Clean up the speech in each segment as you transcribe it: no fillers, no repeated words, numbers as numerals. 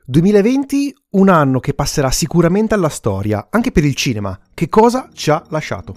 2020, un anno che passerà sicuramente alla storia, anche per il cinema. Che cosa ci ha lasciato?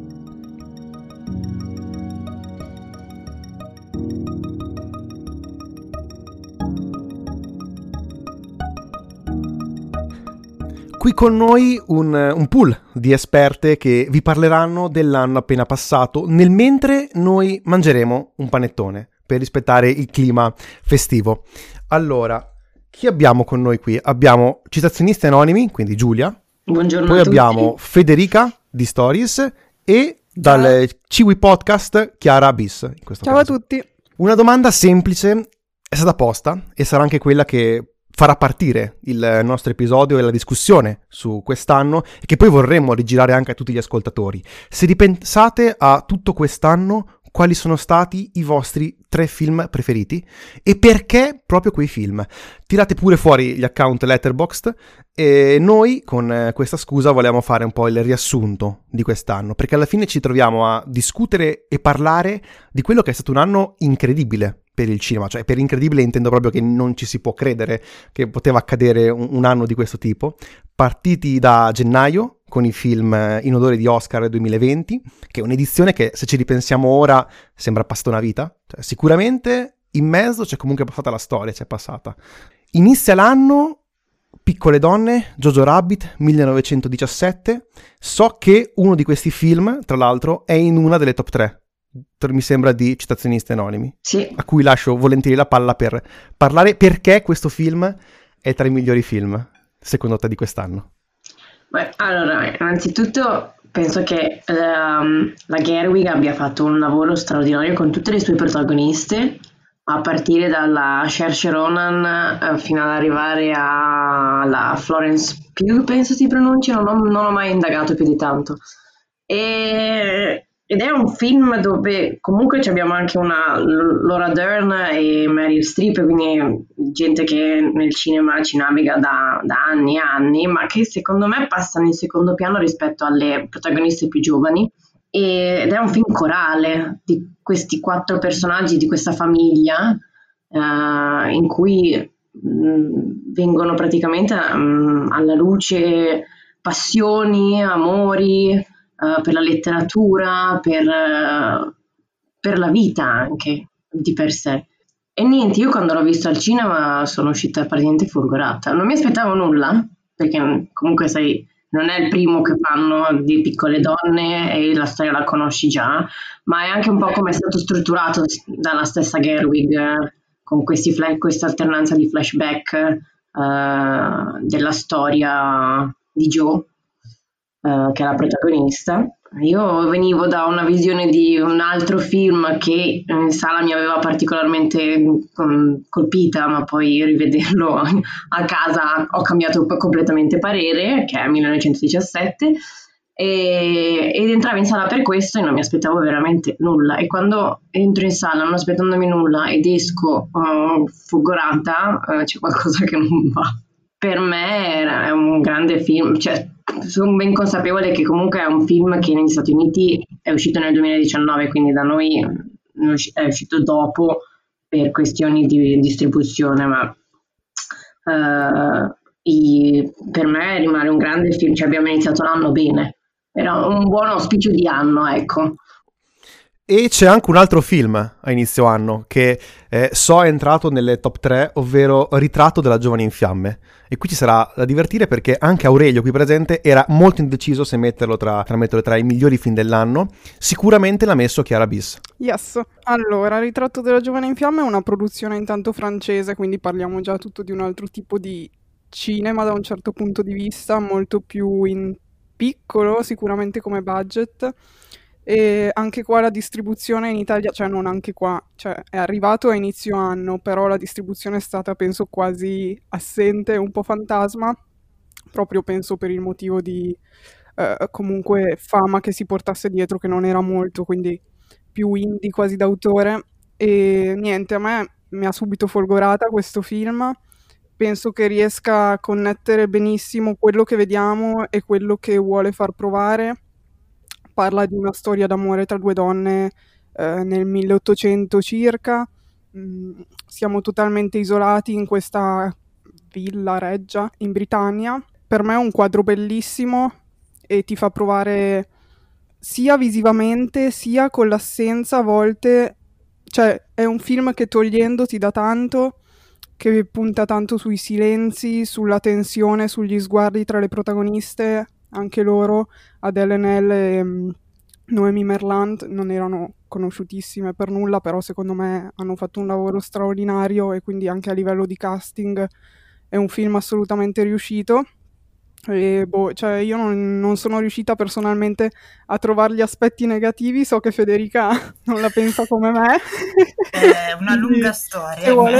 Qui con noi un pool di esperte che vi parleranno dell'anno appena passato, nel mentre noi mangeremo un panettone per rispettare il clima festivo. Allora, chi abbiamo con noi qui? Abbiamo Citazionisti Anonimi, quindi Giulia. Buongiorno Poi a tutti. abbiamo Federica di Stories e dal Ciwi Podcast Chiara Bis. In questo Ciao caso. a tutti. Una domanda semplice è stata posta e sarà anche quella che farà partire il nostro episodio e la discussione su quest'anno e che poi vorremmo rigirare anche a tutti gli ascoltatori. Se ripensate a tutto quest'anno, quali sono stati i vostri 3 film preferiti e perché proprio quei film? Tirate pure fuori gli account Letterboxd e noi con questa scusa vogliamo fare un po' il riassunto di quest'anno, perché alla fine ci troviamo a discutere e parlare di quello che è stato un anno incredibile per il cinema. Cioè, per incredibile intendo proprio che non ci si può credere che poteva accadere un anno di questo tipo. Partiti da gennaio con i film in odore di Oscar 2020, che è un'edizione che, se ci ripensiamo ora, sembra passata una vita. Cioè, sicuramente in mezzo c'è comunque passata la storia, c'è passata. Inizia l'anno Piccole donne, Jojo Rabbit, 1917. So che uno di questi film, tra l'altro, è in una delle top 3. Mi sembra di Citazionisti Anonimi, Sì. A cui lascio volentieri la palla per parlare perché questo film è tra i migliori film, secondo te, di quest'anno. Beh, allora, innanzitutto penso che la Gerwig abbia fatto un lavoro straordinario con tutte le sue protagoniste, a partire dalla Saoirse Ronan fino ad arrivare alla Florence Pugh, penso si pronunci, non ho mai indagato più di tanto. Ed è un film dove comunque abbiamo anche una Laura Dern e Meryl Streep, quindi gente che nel cinema ci naviga da anni e anni, ma che secondo me passano in secondo piano rispetto alle protagoniste più giovani. Ed è un film corale di questi 4 personaggi, di questa famiglia, in cui vengono praticamente alla luce passioni, amori, per la letteratura, per la vita anche di per sé. E niente, io quando l'ho visto al cinema sono uscita praticamente folgorata. Non mi aspettavo nulla, perché comunque sai, non è il primo che fanno di Piccole donne e la storia la conosci già, ma è anche un po' come è stato strutturato dalla stessa Gerwig, con questa alternanza di flashback della storia di Jo, che è la protagonista. Io venivo da una visione di un altro film che in sala mi aveva particolarmente colpita, ma poi rivederlo a casa ho cambiato completamente parere, che è 1917, ed entravo in sala per questo e non mi aspettavo veramente nulla, e quando entro in sala non aspettandomi nulla ed esco folgorata, c'è qualcosa che non va. Per me è un grande film, cioè sono ben consapevole che comunque è un film che negli Stati Uniti è uscito nel 2019, quindi da noi è uscito dopo per questioni di distribuzione, ma per me rimane un grande film, cioè abbiamo iniziato l'anno bene, era un buon auspicio di anno, ecco. E c'è anche un altro film a inizio anno che so è entrato nelle top 3, ovvero Ritratto della giovane in fiamme. E qui ci sarà da divertire perché anche Aurelio qui presente era molto indeciso se metterlo tra i migliori film dell'anno. Sicuramente l'ha messo Chiara Bis. Yes. Allora, Ritratto della giovane in fiamme è una produzione intanto francese, quindi parliamo già tutto di un altro tipo di cinema da un certo punto di vista, molto più in piccolo sicuramente come budget. E anche qua la distribuzione in Italia, cioè non anche qua, cioè è arrivato a inizio anno, però la distribuzione è stata penso quasi assente, un po' fantasma, proprio penso per il motivo di comunque fama che si portasse dietro, che non era molto, quindi più indie quasi d'autore. E niente, a me mi ha subito folgorata questo film, penso che riesca a connettere benissimo quello che vediamo e quello che vuole far provare. Parla di una storia d'amore tra 2 donne nel 1800 circa. Siamo totalmente isolati in questa villa reggia in Britannia. Per me è un quadro bellissimo e ti fa provare sia visivamente sia con l'assenza a volte, cioè è un film che togliendo ti dà tanto, che punta tanto sui silenzi, sulla tensione, sugli sguardi tra le protagoniste, anche loro, Adele Haenel e Noemi Merlant, non erano conosciutissime per nulla, però secondo me hanno fatto un lavoro straordinario e quindi anche a livello di casting è un film assolutamente riuscito. E cioè io non sono riuscita personalmente a trovare gli aspetti negativi, so che Federica non la pensa come me. È una Quindi, lunga se storia. vuole.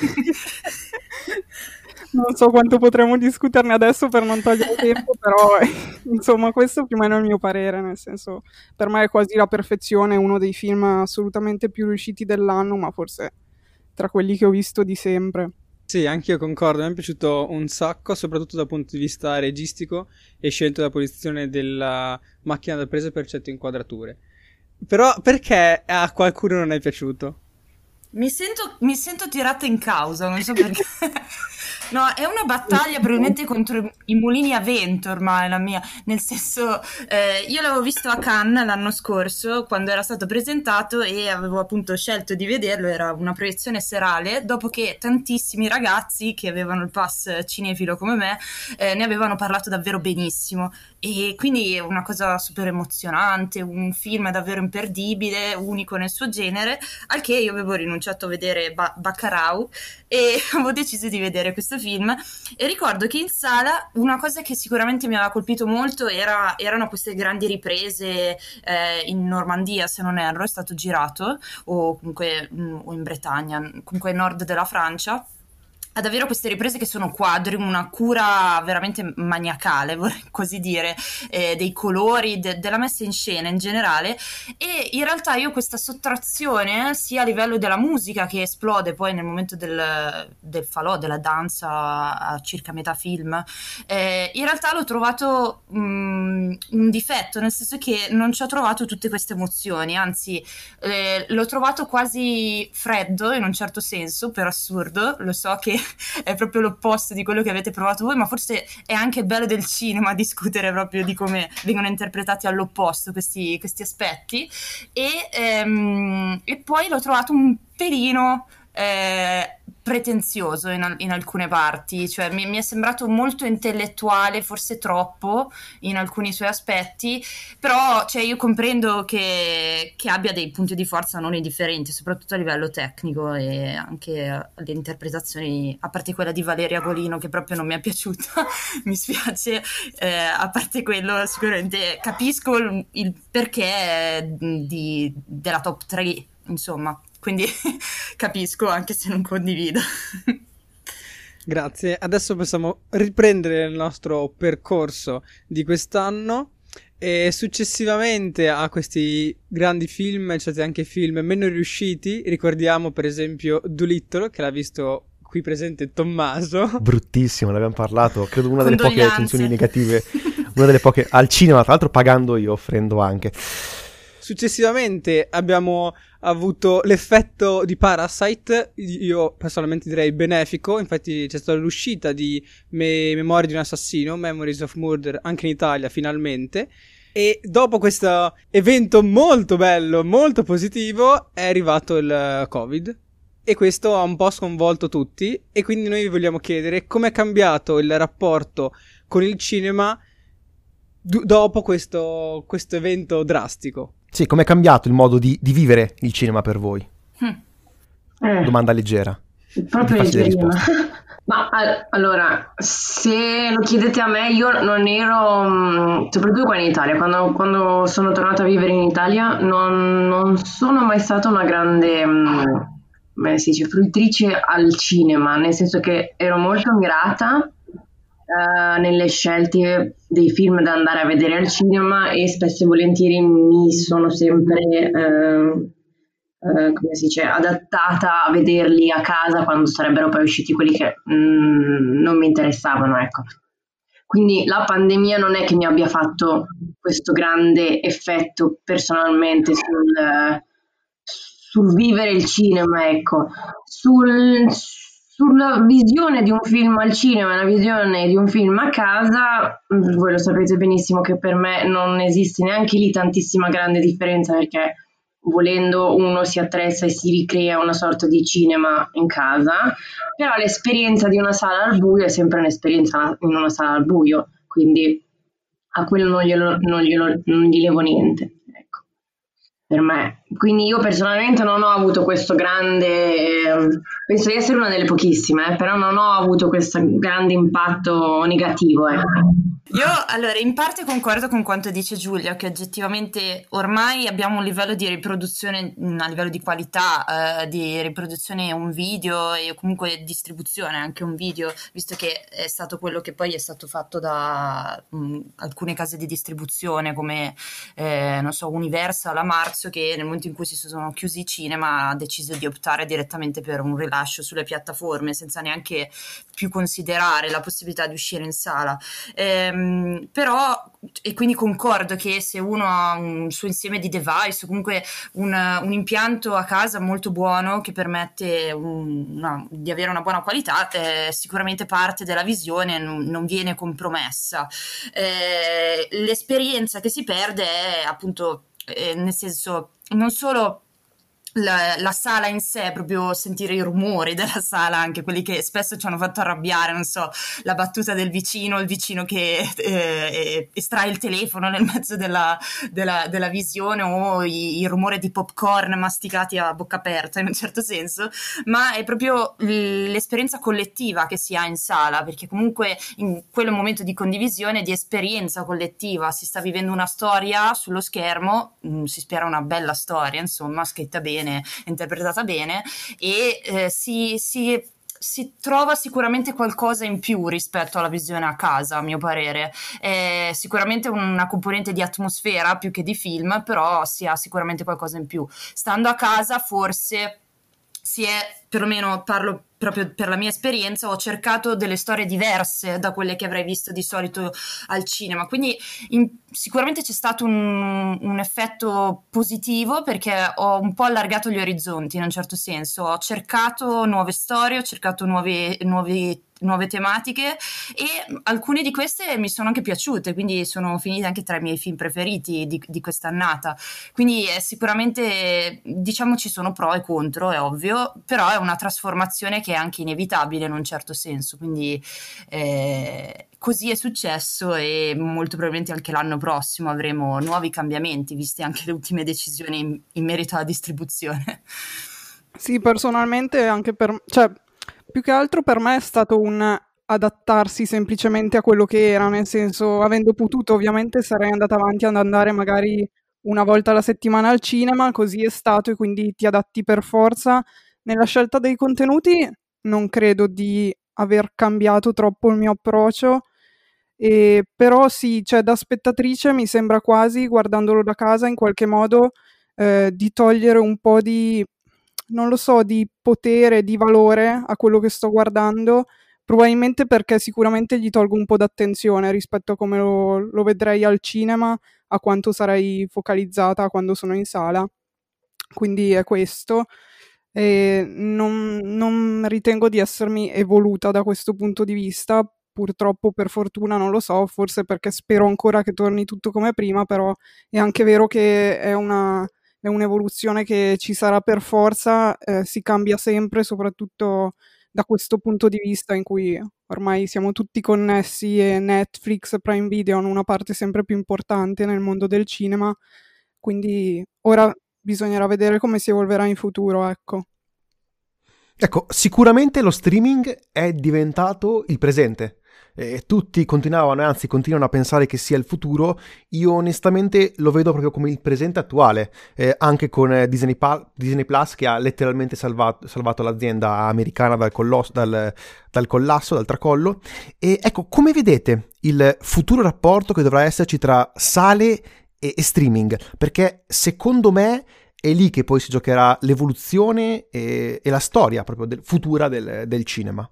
Non so quanto potremo discuterne adesso per non togliere tempo, però insomma questo più o meno è il mio parere, nel senso per me è quasi la perfezione, è uno dei film assolutamente più riusciti dell'anno, ma forse tra quelli che ho visto di sempre. Sì, anche io concordo, mi è piaciuto un sacco, soprattutto dal punto di vista registico e scelto la posizione della macchina da presa per certe inquadrature. Però perché a qualcuno non è piaciuto? Mi sento tirata in causa, non so perché. No, è una battaglia probabilmente contro i mulini a vento ormai la mia, nel senso io l'avevo visto a Cannes l'anno scorso quando era stato presentato e avevo appunto scelto di vederlo, era una proiezione serale, dopo che tantissimi ragazzi che avevano il pass cinefilo come me ne avevano parlato davvero benissimo e quindi è una cosa super emozionante, un film davvero imperdibile, unico nel suo genere, al che io avevo rinunciato a vedere Bacurau e avevo deciso di vedere questo film e ricordo che in sala una cosa che sicuramente mi aveva colpito molto erano queste grandi riprese in Normandia, se non erro, è stato girato o comunque o in Bretagna, comunque nord della Francia. Ha davvero queste riprese che sono quadri, una cura veramente maniacale, vorrei così dire, dei colori, della messa in scena in generale e in realtà io questa sottrazione sia a livello della musica che esplode poi nel momento del falò, della danza a circa metà film, in realtà l'ho trovato un difetto, nel senso che non ci ho trovato tutte queste emozioni, anzi l'ho trovato quasi freddo in un certo senso, per assurdo, lo so che è proprio l'opposto di quello che avete provato voi, ma forse è anche il bello del cinema discutere proprio di come vengono interpretati all'opposto questi aspetti e poi l'ho trovato un pelino pretenzioso in alcune parti, cioè mi è sembrato molto intellettuale, forse troppo in alcuni suoi aspetti, però cioè, io comprendo che abbia dei punti di forza non indifferenti, soprattutto a livello tecnico e anche le interpretazioni, a parte quella di Valeria Golino che proprio non mi è piaciuta, mi spiace, a parte quello sicuramente capisco il perché della top 3, insomma. Quindi capisco anche se non condivido. Grazie, adesso possiamo riprendere il nostro percorso di quest'anno e successivamente a questi grandi film c'è stati anche film meno riusciti, ricordiamo per esempio Dolittle che l'ha visto qui presente Tommaso. Bruttissimo, ne abbiamo parlato, credo una delle poche recensioni negative, una delle poche al cinema, tra l'altro pagando io, offrendo anche. Successivamente abbiamo avuto l'effetto di Parasite, io personalmente direi benefico, infatti c'è stata l'uscita di Memorie di un assassino, Memories of Murder, anche in Italia finalmente, e dopo questo evento molto bello, molto positivo, è arrivato il Covid e questo ha un po' sconvolto tutti e quindi noi vi vogliamo chiedere come è cambiato il rapporto con il cinema dopo questo evento drastico. Sì, com'è cambiato il modo di vivere il cinema per voi? Domanda leggera. Proprio leggerina. Ma allora, se lo chiedete a me, io non ero, soprattutto qua in Italia, quando sono tornata a vivere in Italia, non sono mai stata una grande, come si dice, fruitrice al cinema, nel senso che ero molto mirata nelle scelte dei film da andare a vedere al cinema e spesso e volentieri mi sono sempre come si dice, adattata a vederli a casa quando sarebbero poi usciti quelli che non mi interessavano, ecco. Quindi la pandemia non è che mi abbia fatto questo grande effetto personalmente sul vivere il cinema, ecco. Sul sulla visione di un film al cinema e la visione di un film a casa, voi lo sapete benissimo che per me non esiste neanche lì tantissima grande differenza, perché volendo uno si attrezza e si ricrea una sorta di cinema in casa, però l'esperienza di una sala al buio è sempre un'esperienza in una sala al buio, quindi a quello non gli levo niente, ecco, per me. Quindi io personalmente non ho avuto questo grande, penso di essere una delle pochissime, però non ho avuto questo grande impatto negativo, ecco. Io allora in parte concordo con quanto dice Giulia, che oggettivamente ormai abbiamo un livello di riproduzione, a livello di qualità, di riproduzione un video e comunque distribuzione anche un video, visto che è stato quello che poi è stato fatto da alcune case di distribuzione come non so, Universal a marzo, che nel momento in cui si sono chiusi i cinema ha deciso di optare direttamente per un rilascio sulle piattaforme senza neanche più considerare la possibilità di uscire in sala. Però, e quindi concordo che se uno ha un suo insieme di device o comunque un impianto a casa molto buono che permette di avere una buona qualità, sicuramente parte della visione non viene compromessa. L'esperienza che si perde è appunto, nel senso, non solo la sala in sé, proprio sentire i rumori della sala, anche quelli che spesso ci hanno fatto arrabbiare, non so, la battuta del vicino, il vicino che estrae il telefono nel mezzo della visione, o il rumore di popcorn masticati a bocca aperta in un certo senso, ma è proprio l'esperienza collettiva che si ha in sala, perché comunque in quel momento di condivisione, di esperienza collettiva, si sta vivendo una storia sullo schermo, si spera una bella storia, insomma, scritta bene, interpretata bene, e si trova sicuramente qualcosa in più rispetto alla visione a casa, a mio parere. È sicuramente una componente di atmosfera più che di film, però si ha sicuramente qualcosa in più. Stando a casa forse si è, perlomeno parlo proprio per la mia esperienza, ho cercato delle storie diverse da quelle che avrei visto di solito al cinema, quindi sicuramente c'è stato un effetto positivo, perché ho un po' allargato gli orizzonti in un certo senso, ho cercato nuove storie, ho cercato nuove tematiche, e alcune di queste mi sono anche piaciute, quindi sono finite anche tra i miei film preferiti di quest'annata. Quindi è sicuramente, diciamo, ci sono pro e contro, è ovvio, però è una trasformazione che è anche inevitabile in un certo senso, quindi così è successo, e molto probabilmente anche l'anno prossimo avremo nuovi cambiamenti, viste anche le ultime decisioni in merito alla distribuzione. Sì, personalmente anche cioè, più che altro per me è stato un adattarsi semplicemente a quello che era, nel senso, avendo potuto ovviamente sarei andata avanti ad andare magari una volta alla settimana al cinema, così è stato, e quindi ti adatti per forza. Nella scelta dei contenuti non credo di aver cambiato troppo il mio approccio, però sì, cioè da spettatrice mi sembra quasi, guardandolo da casa, in qualche modo di togliere un po' di, non lo so, di potere, di valore a quello che sto guardando, probabilmente perché sicuramente gli tolgo un po' d'attenzione rispetto a come lo vedrei al cinema, a quanto sarei focalizzata quando sono in sala. Quindi è questo. E non ritengo di essermi evoluta da questo punto di vista, purtroppo, per fortuna, non lo so, forse perché spero ancora che torni tutto come prima, però è anche vero che è un'evoluzione che ci sarà per forza, si cambia sempre, soprattutto da questo punto di vista in cui ormai siamo tutti connessi e Netflix, Prime Video hanno una parte sempre più importante nel mondo del cinema, quindi ora bisognerà vedere come si evolverà in futuro, ecco. Ecco, sicuramente lo streaming è diventato il presente. Tutti continuano a pensare che sia il futuro. Io onestamente lo vedo proprio come il presente attuale, anche con Disney Plus, che ha letteralmente salvato l'azienda americana dal collasso, dal tracollo. E ecco, come vedete il futuro rapporto che dovrà esserci tra sale e streaming? Perché secondo me è lì che poi si giocherà l'evoluzione e la storia proprio futura del cinema.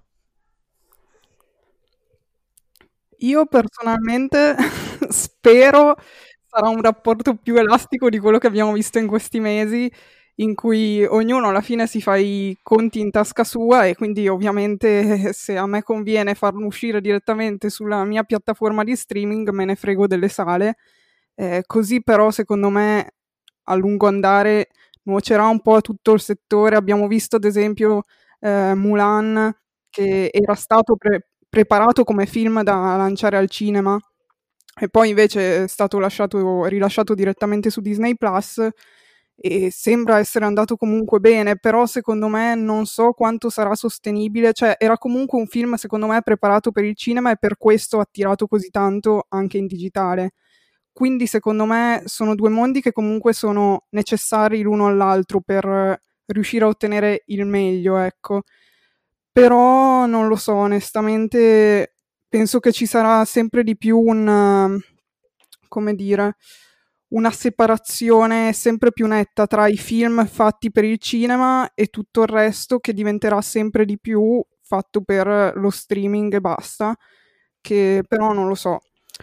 Io personalmente spero sarà un rapporto più elastico di quello che abbiamo visto in questi mesi, in cui ognuno alla fine si fa i conti in tasca sua, e quindi ovviamente se a me conviene farlo uscire direttamente sulla mia piattaforma di streaming me ne frego delle sale. Così però secondo me a lungo andare nuocerà un po' a tutto il settore. Abbiamo visto ad esempio Mulan, che era stato preparato come film da lanciare al cinema e poi invece è stato rilasciato direttamente su Disney Plus, e sembra essere andato comunque bene, però secondo me non so quanto sarà sostenibile. Cioè era comunque un film secondo me preparato per il cinema, e per questo ha attirato così tanto anche in digitale. Quindi secondo me sono due mondi che comunque sono necessari l'uno all'altro per riuscire a ottenere il meglio, ecco. Però non lo so, onestamente penso che ci sarà sempre di più come dire, una separazione sempre più netta tra i film fatti per il cinema e tutto il resto, che diventerà sempre di più fatto per lo streaming e basta, che però non lo so,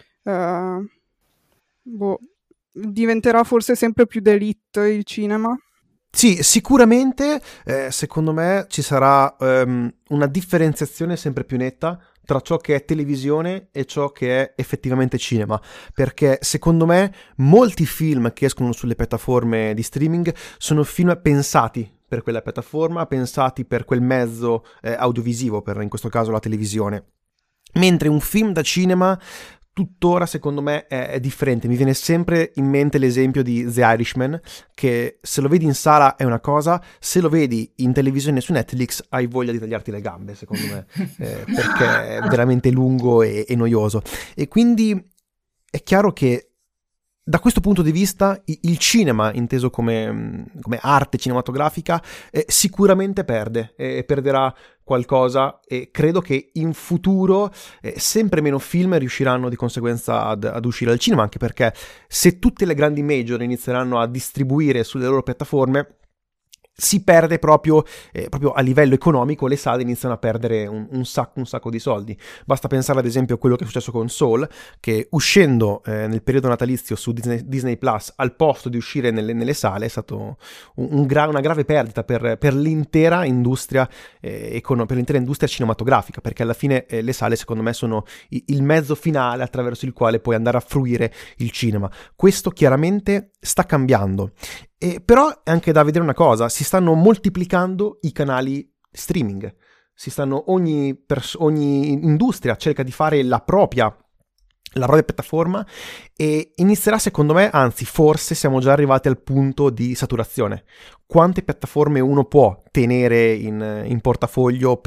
diventerà forse sempre più d'élite il cinema. Sì, sicuramente, secondo me ci sarà una differenziazione sempre più netta tra ciò che è televisione e ciò che è effettivamente cinema, perché secondo me molti film che escono sulle piattaforme di streaming sono film pensati per quella piattaforma, pensati per quel mezzo audiovisivo, per in questo caso la televisione, mentre un film da cinema tuttora secondo me è differente. Mi viene sempre in mente l'esempio di The Irishman, che se lo vedi in sala è una cosa, se lo vedi in televisione su Netflix hai voglia di tagliarti le gambe, secondo me, perché è veramente lungo e noioso. E quindi è chiaro che da questo punto di vista il cinema, inteso come arte cinematografica, sicuramente perderà qualcosa, e credo che in futuro sempre meno film riusciranno di conseguenza ad uscire al cinema, anche perché se tutte le grandi major inizieranno a distribuire sulle loro piattaforme si perde proprio a livello economico, le sale iniziano a perdere un sacco di soldi. Basta pensare ad esempio a quello che è successo con Soul, che uscendo nel periodo natalizio su Disney Plus al posto di uscire nelle sale è stato una grave perdita per l'intera industria per l'intera industria cinematografica, perché alla fine le sale secondo me sono il mezzo finale attraverso il quale puoi andare a fruire il cinema. Questo chiaramente sta cambiando. Però è anche da vedere una cosa: si stanno moltiplicando i canali streaming, ogni industria cerca di fare la propria piattaforma, e inizierà secondo me, anzi forse siamo già arrivati al punto di saturazione. Quante piattaforme uno può tenere in portafoglio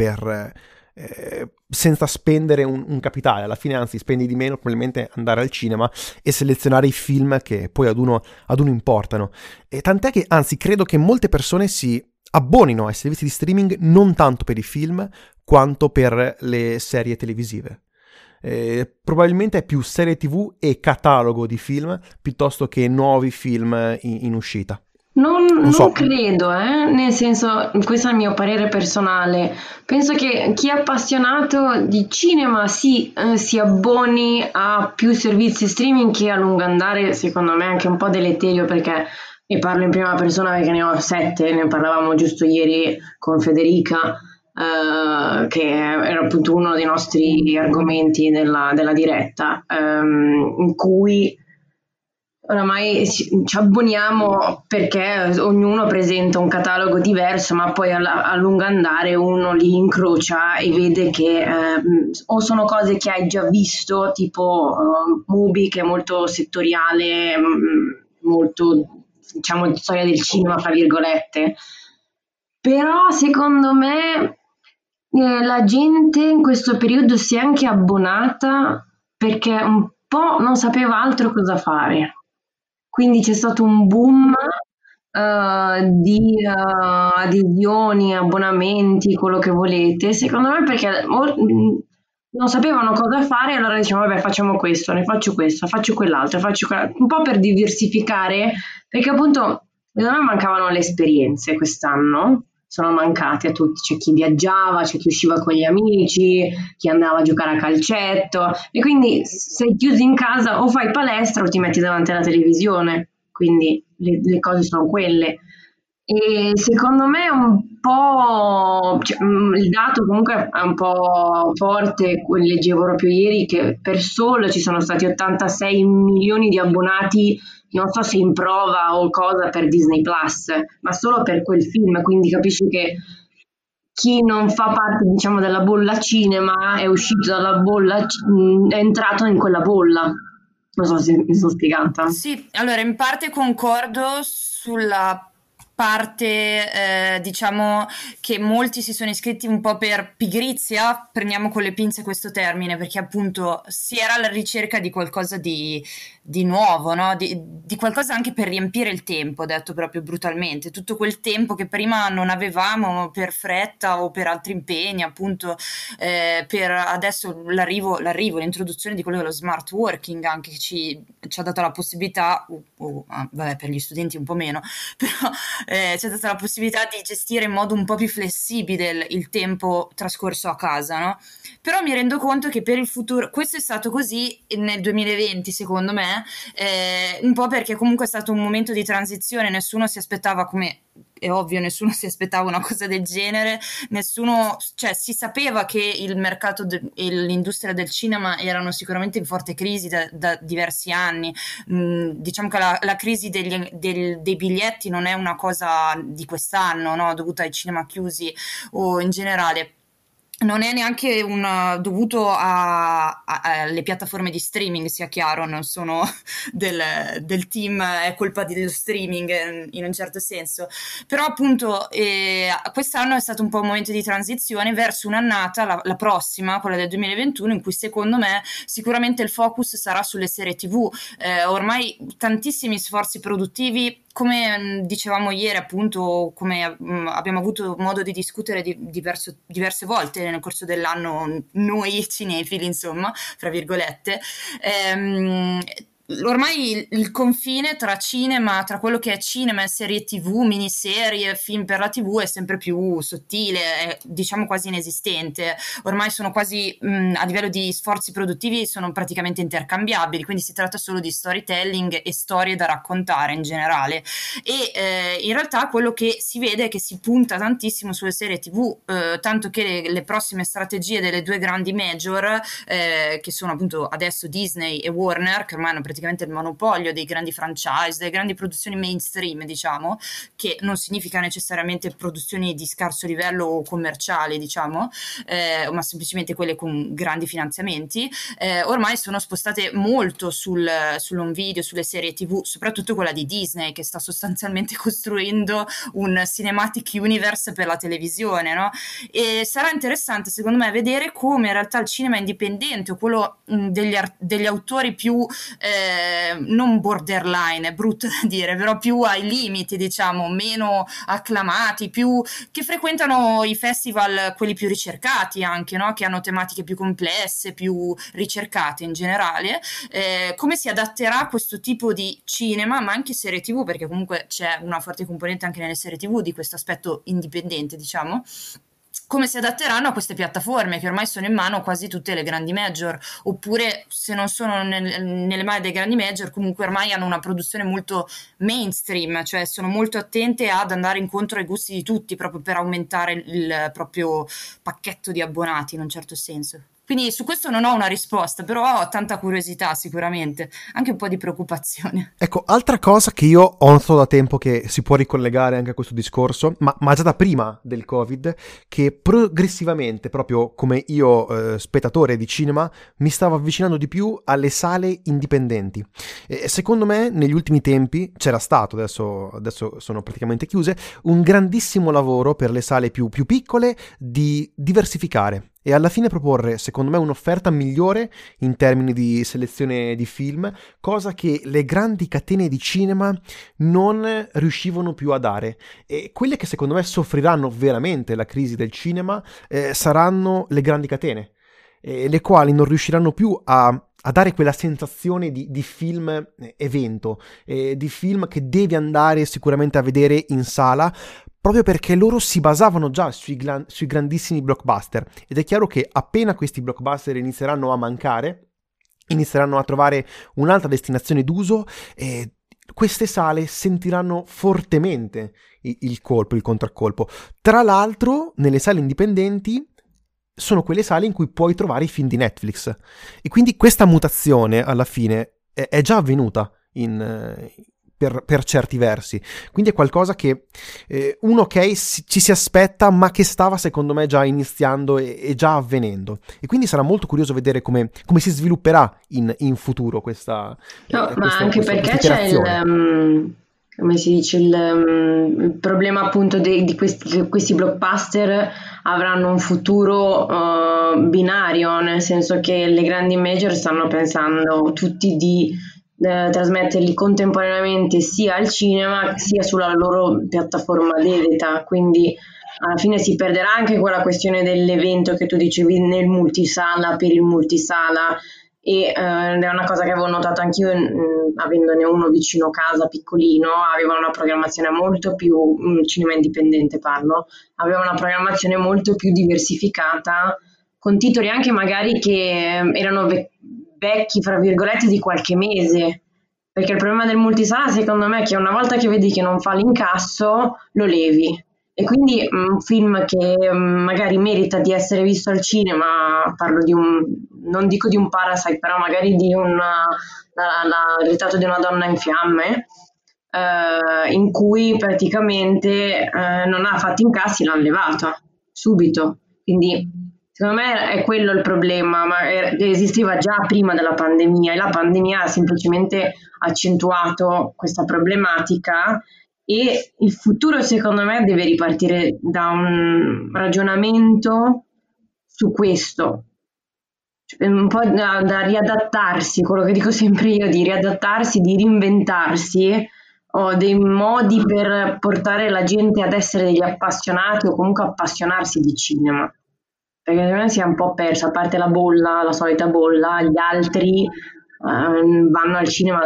senza spendere un capitale? Alla fine anzi spendi di meno probabilmente andare al cinema e selezionare i film che poi ad uno importano. E tant'è che anzi credo che molte persone si abbonino ai servizi di streaming non tanto per i film quanto per le serie televisive. Probabilmente è più serie TV e catalogo di film piuttosto che nuovi film in uscita. Non so. credo, nel senso, questo è il mio parere personale. Penso che chi è appassionato di cinema si abboni a più servizi streaming, che a lungo andare secondo me è anche un po' deleterio, perché ne parlo in prima persona perché ne ho 7, ne parlavamo giusto ieri con Federica, che era appunto uno dei nostri argomenti della diretta, in cui oramai ci abboniamo perché ognuno presenta un catalogo diverso, ma poi a lungo andare uno li incrocia e vede che o sono cose che hai già visto, tipo Mubi, che è molto settoriale, molto, diciamo, storia del cinema, fra virgolette. Però secondo me la gente in questo periodo si è anche abbonata perché un po' non sapeva altro cosa fare. Quindi c'è stato un boom di adesioni, abbonamenti, quello che volete. Secondo me perché non sapevano cosa fare, allora diciamo vabbè, facciamo questo, ne faccio questo, faccio quell'altro, un po' per diversificare, perché appunto secondo me mancavano le esperienze quest'anno. Sono mancate a tutti, c'è chi viaggiava, c'è chi usciva con gli amici, chi andava a giocare a calcetto, e quindi sei chiuso in casa, o fai palestra o ti metti davanti alla televisione, quindi le cose sono quelle. E secondo me è un po', il dato comunque è un po' forte, leggevo proprio ieri che per solo ci sono stati 86 milioni di abbonati, non so se in prova o cosa per Disney Plus, ma solo per quel film, quindi capisci che chi non fa parte, diciamo, della bolla cinema è uscito dalla bolla, è entrato in quella bolla. Non so se mi sono spiegata. Sì, allora in parte concordo sulla parte, diciamo che molti si sono iscritti un po' per pigrizia, prendiamo con le pinze questo termine, perché appunto si era alla ricerca di qualcosa di nuovo, no? Di qualcosa anche per riempire il tempo, detto proprio brutalmente, tutto quel tempo che prima non avevamo per fretta o per altri impegni, appunto, per adesso l'introduzione di quello dello smart working anche che ci ha dato la possibilità, vabbè, per gli studenti un po' meno, però ci ha dato la possibilità di gestire in modo un po' più flessibile il tempo trascorso a casa, no? Però mi rendo conto che per il futuro, questo è stato così nel 2020 secondo me, un po' perché comunque è stato un momento di transizione, nessuno si aspettava, come è ovvio, nessuno si aspettava una cosa del genere, nessuno, cioè si sapeva che il mercato e l'industria del cinema erano sicuramente in forte crisi da diversi anni. Diciamo che la crisi dei biglietti non è una cosa di quest'anno, no? Dovuta ai cinema chiusi o in generale. Non è neanche dovuto alle piattaforme di streaming, sia chiaro, non sono del team, è colpa dello streaming in un certo senso. Però appunto quest'anno è stato un po' un momento di transizione verso un'annata, la prossima, quella del 2021, in cui secondo me sicuramente il focus sarà sulle serie TV. Ormai tantissimi sforzi produttivi, come dicevamo ieri, appunto, come abbiamo avuto modo di discutere diverse volte nel corso dell'anno, noi cinefili, insomma, fra virgolette, ormai il confine tra cinema, tra quello che è cinema e serie TV, miniserie, film per la TV è sempre più sottile, è, diciamo quasi inesistente. Ormai sono quasi a livello di sforzi produttivi sono praticamente intercambiabili, quindi si tratta solo di storytelling e storie da raccontare in generale. E in realtà quello che si vede è che si punta tantissimo sulle serie TV, tanto che le prossime strategie delle due grandi major, che sono appunto adesso Disney e Warner, che ormai hanno praticamente il monopolio dei grandi franchise, delle grandi produzioni mainstream, diciamo, che non significa necessariamente produzioni di scarso livello o commerciali, diciamo, ma semplicemente quelle con grandi finanziamenti, ormai sono spostate molto sull'home video, sulle serie TV, soprattutto quella di Disney, che sta sostanzialmente costruendo un cinematic universe per la televisione, no? E sarà interessante secondo me vedere come in realtà il cinema indipendente o quello degli autori più non borderline, è brutto da dire, però più ai limiti, diciamo, meno acclamati, più che frequentano i festival, quelli più ricercati anche, no? Che hanno tematiche più complesse, più ricercate in generale, come si adatterà questo tipo di cinema, ma anche serie TV, perché comunque c'è una forte componente anche nelle serie TV di questo aspetto indipendente, diciamo, come si adatteranno a queste piattaforme che ormai sono in mano quasi tutte le grandi major, oppure se non sono nelle mani dei grandi major comunque ormai hanno una produzione molto mainstream, cioè sono molto attente ad andare incontro ai gusti di tutti proprio per aumentare il proprio pacchetto di abbonati in un certo senso. Quindi su questo non ho una risposta, però ho tanta curiosità sicuramente, anche un po' di preoccupazione. Ecco, altra cosa che io ho notato da tempo che si può ricollegare anche a questo discorso, ma già da prima del Covid, che progressivamente, proprio come io spettatore di cinema, mi stavo avvicinando di più alle sale indipendenti. E secondo me negli ultimi tempi c'era stato, adesso sono praticamente chiuse, un grandissimo lavoro per le sale più piccole di diversificare e alla fine proporre, secondo me, un'offerta migliore in termini di selezione di film, cosa che le grandi catene di cinema non riuscivano più a dare. E quelle che secondo me soffriranno veramente la crisi del cinema saranno le grandi catene, le quali non riusciranno più a dare quella sensazione di film evento, di film che devi andare sicuramente a vedere in sala, proprio perché loro si basavano già sui grandissimi blockbuster, ed è chiaro che appena questi blockbuster inizieranno a mancare, inizieranno a trovare un'altra destinazione d'uso, queste sale sentiranno fortemente il colpo, il contraccolpo. Tra l'altro, nelle sale indipendenti sono quelle sale in cui puoi trovare i film di Netflix. E quindi questa mutazione, alla fine, è già avvenuta per certi versi. Quindi è qualcosa che ci si aspetta, ma che stava secondo me già iniziando e già avvenendo. E quindi sarà molto curioso vedere come si svilupperà in futuro questa ma anche perché c'è come si dice, il problema appunto di questi blockbuster avranno un futuro binario, nel senso che le grandi major stanno pensando tutti di trasmetterli contemporaneamente sia al cinema sia sulla loro piattaforma dedita, quindi alla fine si perderà anche quella questione dell'evento che tu dicevi nel multisala per il multisala, e è una cosa che avevo notato anch'io avendone uno vicino casa piccolino. Aveva una programmazione molto più cinema indipendente aveva una programmazione molto più diversificata, con titoli anche magari che erano vecchi fra virgolette di qualche mese, perché il problema del multisala secondo me è che una volta che vedi che non fa l'incasso lo levi, e quindi un film che magari merita di essere visto al cinema, parlo non dico di un Parasite, però magari di il ritratto di una donna in fiamme, in cui praticamente non ha fatto incassi, l'hanno levata subito. Quindi secondo me è quello il problema, ma esisteva già prima della pandemia, e la pandemia ha semplicemente accentuato questa problematica. E il futuro secondo me deve ripartire da un ragionamento su questo, cioè, un po' da riadattarsi, quello che dico sempre io, di riadattarsi, di reinventarsi, o dei modi per portare la gente ad essere degli appassionati o comunque appassionarsi di cinema, perché secondo me si è un po' persa, a parte la solita bolla, gli altri vanno al cinema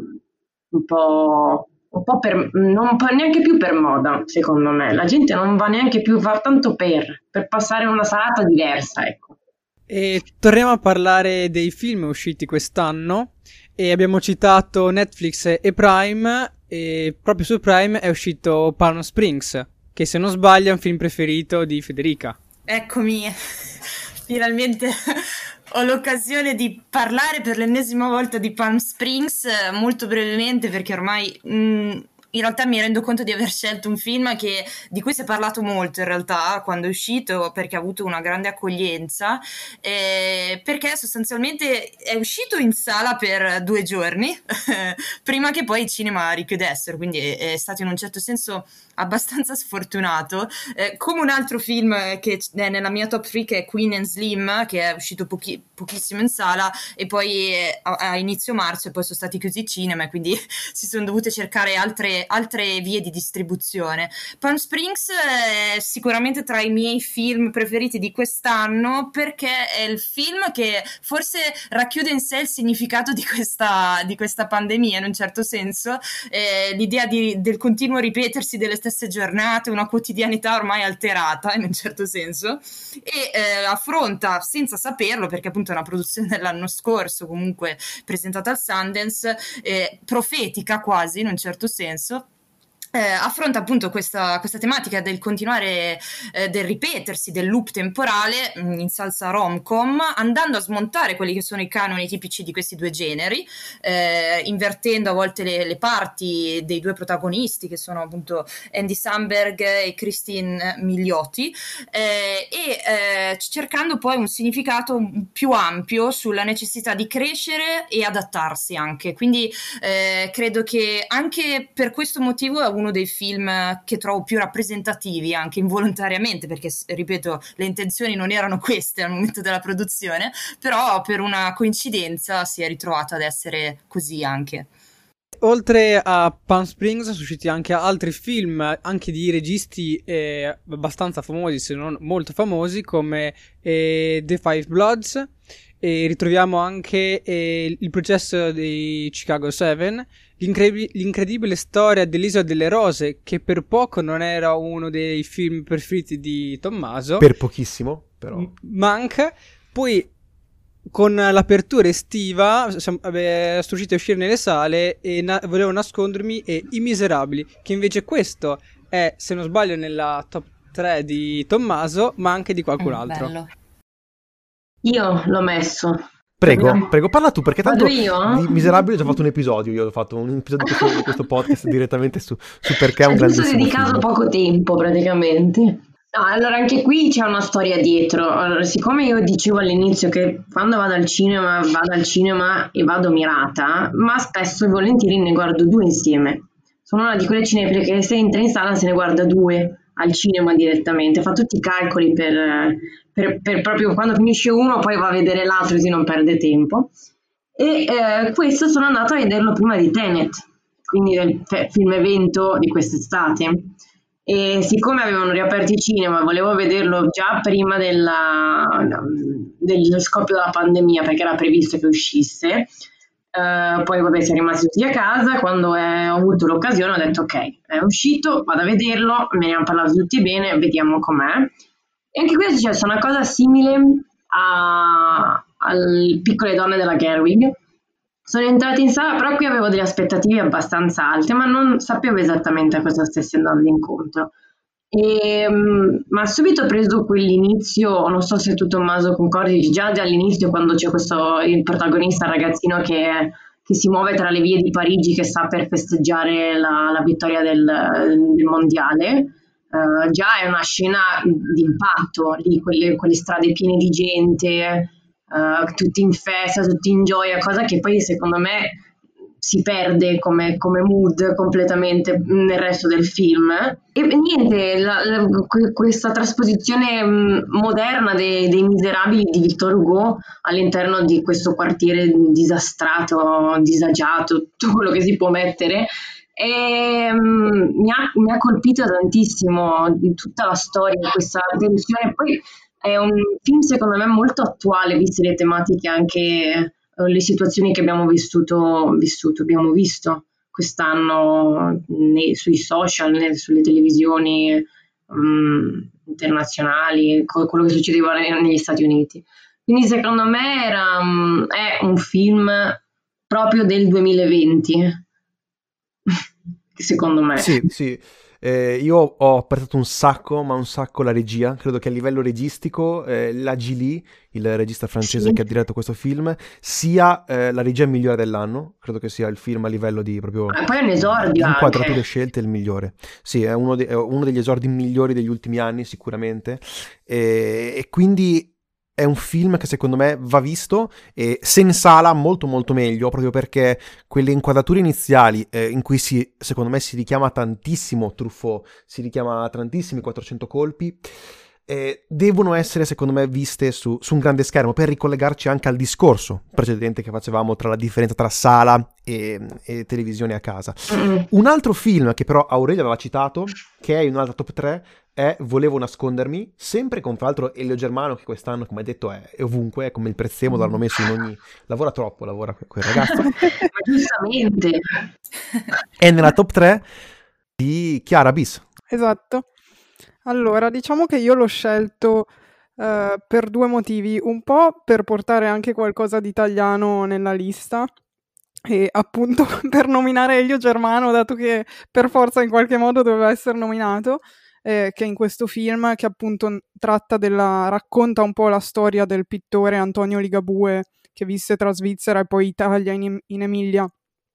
un po' non neanche più per moda, secondo me. La gente non va neanche più tanto per passare una serata diversa, ecco. E torniamo a parlare dei film usciti quest'anno, e abbiamo citato Netflix e Prime, e proprio su Prime è uscito Palm Springs, che se non sbaglio è un film preferito di Federica. Eccomi, finalmente ho l'occasione di parlare per l'ennesima volta di Palm Springs, molto brevemente, perché ormai in realtà mi rendo conto di aver scelto un film di cui si è parlato molto in realtà quando è uscito, perché ha avuto una grande accoglienza, perché sostanzialmente è uscito in sala per 2 giorni prima che poi i cinema richiudessero, quindi è stato in un certo senso abbastanza sfortunato, come un altro film che è nella mia top 3, che è Queen and Slim, che è uscito pochissimo in sala e poi a inizio marzo, e poi sono stati chiusi i cinema e quindi si sono dovute cercare altre vie di distribuzione. Palm Springs è sicuramente tra i miei film preferiti di quest'anno, perché è il film che forse racchiude in sé il significato di questa pandemia, in un certo senso, l'idea del continuo ripetersi delle stesse giornate, una quotidianità ormai alterata in un certo senso, e affronta, senza saperlo, perché appunto è una produzione dell'anno scorso, comunque presentata al Sundance, profetica quasi in un certo senso, affronta appunto questa tematica del continuare, del ripetersi, del loop temporale in salsa rom-com, andando a smontare quelli che sono i canoni tipici di questi due generi, invertendo a volte le parti dei due protagonisti, che sono appunto Andy Samberg e Christine Milioti, e cercando poi un significato più ampio sulla necessità di crescere e adattarsi anche. Quindi credo che anche per questo motivo è uno dei film che trovo più rappresentativi, anche involontariamente, perché ripeto, le intenzioni non erano queste al momento della produzione, però per una coincidenza si è ritrovato ad essere così anche. Oltre a Palm Springs sono usciti anche altri film, anche di registi abbastanza famosi, se non molto famosi, come The Five Bloods, e ritroviamo anche Il processo di Chicago 7, l'incredibile storia dell'Isola delle Rose, che per poco non era uno dei film preferiti di Tommaso. Per pochissimo, però. Manca. Poi con l'apertura estiva sto uscito a uscire nelle sale e volevo nascondermi e I Miserabili, che invece questo è, se non sbaglio, nella top 3 di Tommaso, ma anche di qualcun altro. Bello. Io l'ho messo. Prego, parla tu, perché tanto Vado io? di Miserabili ho già fatto un episodio. Io ho fatto un episodio di questo podcast direttamente su perché è un grandissimo Ho dedicato film. poco tempo praticamente. No, allora anche qui c'è una storia dietro. Allora, siccome io dicevo all'inizio che quando vado al cinema e vado mirata, ma spesso e volentieri ne guardo due insieme. Sono una di quelle cinefile che se entra in sala se ne guarda due al cinema direttamente, fa tutti i calcoli per proprio quando finisce uno poi va a vedere l'altro così non perde tempo. E questo sono andata a vederlo prima di Tenet, quindi del film evento di quest'estate. E siccome avevano riaperto i cinema, volevo vederlo già prima dello scoppio della pandemia, perché era previsto che uscisse. Poi vabbè, siamo rimasti tutti a casa. Quando ho avuto l'occasione ho detto ok, è uscito, vado a vederlo, me ne hanno parlato tutti bene, vediamo com'è. E anche qui è successa una cosa simile alle Piccole donne della Gerwig. Sono entrata in sala, però qui avevo delle aspettative abbastanza alte, ma non sapevo esattamente a cosa stessi andando incontro. Ma subito ho preso quell'inizio, non so se tu Tommaso concordi, già dall'inizio quando c'è il protagonista, il ragazzino che si muove tra le vie di Parigi, che sta per festeggiare la vittoria del mondiale. Già è una scena d'impatto, lì quelle strade piene di gente, tutti in festa, tutti in gioia, cosa che poi secondo me si perde come mood completamente nel resto del film. E niente, questa trasposizione moderna dei Miserabili di Victor Hugo all'interno di questo quartiere disastrato, disagiato, tutto quello che si può mettere. E mi ha colpito tantissimo tutta la storia, questa tensione. Poi è un film secondo me molto attuale, viste le tematiche, anche le situazioni che abbiamo abbiamo visto quest'anno sui social, sulle televisioni internazionali, quello che succedeva negli Stati Uniti. Quindi secondo me è un film proprio del 2020. Secondo me. Sì. Io ho apprezzato un sacco la regia. Credo che a livello registico la Gili, il regista francese che ha diretto questo film, sia la regia migliore dell'anno. Credo che sia il film a livello di proprio poi è un esordio di inquadrature anche. scelte il migliore. Sì, è uno degli esordi migliori degli ultimi anni sicuramente, e quindi è un film che secondo me va visto, e se in sala molto molto meglio, proprio perché quelle inquadrature iniziali in cui secondo me si richiama tantissimo Truffaut, si richiama tantissimi 400 colpi, devono essere secondo me viste su un grande schermo, per ricollegarci anche al discorso precedente che facevamo tra la differenza tra sala e televisione a casa. Un altro film che però Aurelia aveva citato, che è in un'altra top 3, è Volevo nascondermi, sempre con fra l'altro Elio Germano, che quest'anno, come hai detto, è ovunque, è come il prezzemolo, l'hanno messo in ogni... lavora quel ragazzo. Ma giustamente. È nella top 3 di Chiara Bis. Esatto. Allora, diciamo che io l'ho scelto per due motivi. Un po' per portare anche qualcosa di italiano nella lista, e appunto per nominare Elio Germano, dato che per forza in qualche modo doveva essere nominato, che in questo film, che appunto racconta un po' la storia del pittore Antonio Ligabue, che visse tra Svizzera e poi Italia in Emilia.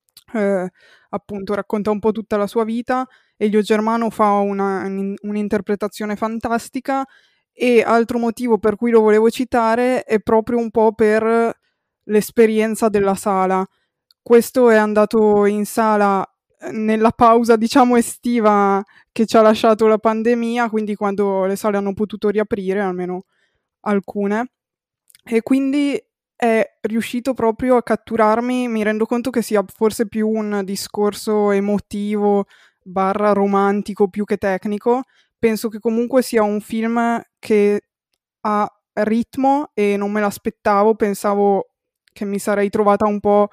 Appunto racconta un po' tutta la sua vita. Elio Germano fa un'interpretazione fantastica, e altro motivo per cui lo volevo citare è proprio un po' per l'esperienza della sala. Questo è andato in sala nella pausa, diciamo, estiva che ci ha lasciato la pandemia, quindi quando le sale hanno potuto riaprire, almeno alcune, e quindi è riuscito proprio a catturarmi. Mi rendo conto che sia forse più un discorso emotivo / romantico più che tecnico. Penso che comunque sia un film che ha ritmo e non me l'aspettavo. Pensavo che mi sarei trovata un po'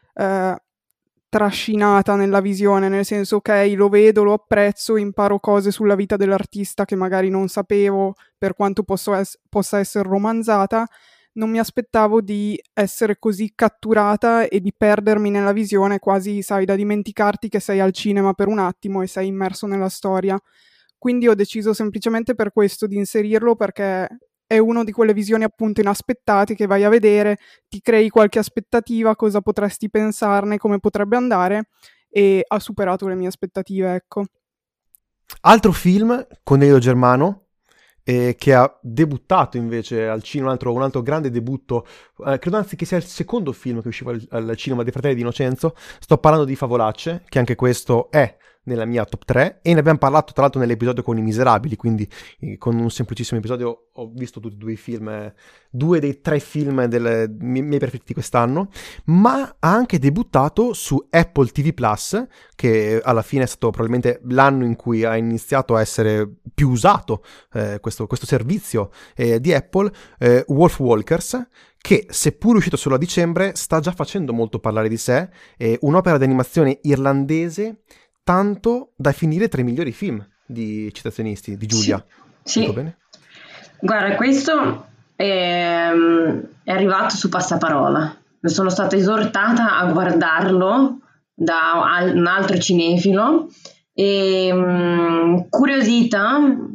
trascinata nella visione, nel senso, ok, lo vedo, lo apprezzo, imparo cose sulla vita dell'artista che magari non sapevo, per quanto possa essere romanzata. non mi aspettavo di essere così catturata e di perdermi nella visione, quasi, sai, da dimenticarti che sei al cinema per un attimo e sei immerso nella storia. Quindi ho deciso semplicemente per questo di inserirlo, perché è una di quelle visioni appunto inaspettate che vai a vedere, ti crei qualche aspettativa, cosa potresti pensarne, come potrebbe andare, e ha superato le mie aspettative, ecco. Altro film con Elio Germano, che ha debuttato invece al cinema, un altro grande debutto, credo anzi che sia il secondo film che usciva al cinema dei Fratelli di Innocenzo. Sto parlando di Favolacce, che anche questo è nella mia top 3, e ne abbiamo parlato tra l'altro nell'episodio con I Miserabili, quindi con un semplicissimo episodio ho visto tutti e due i film, 2 dei 3 film miei preferiti quest'anno, ma ha anche debuttato su Apple TV Plus, che alla fine è stato probabilmente l'anno in cui ha iniziato a essere più usato questo servizio di Apple, Wolf Walkers, che seppur uscito solo a dicembre sta già facendo molto parlare di sé, un'opera di animazione irlandese tanto da finire tra i migliori film di citazionisti, di Giulia. Sì. Dico bene? Guarda, questo è arrivato su passaparola. Sono stata esortata a guardarlo da un altro cinefilo e curiosità,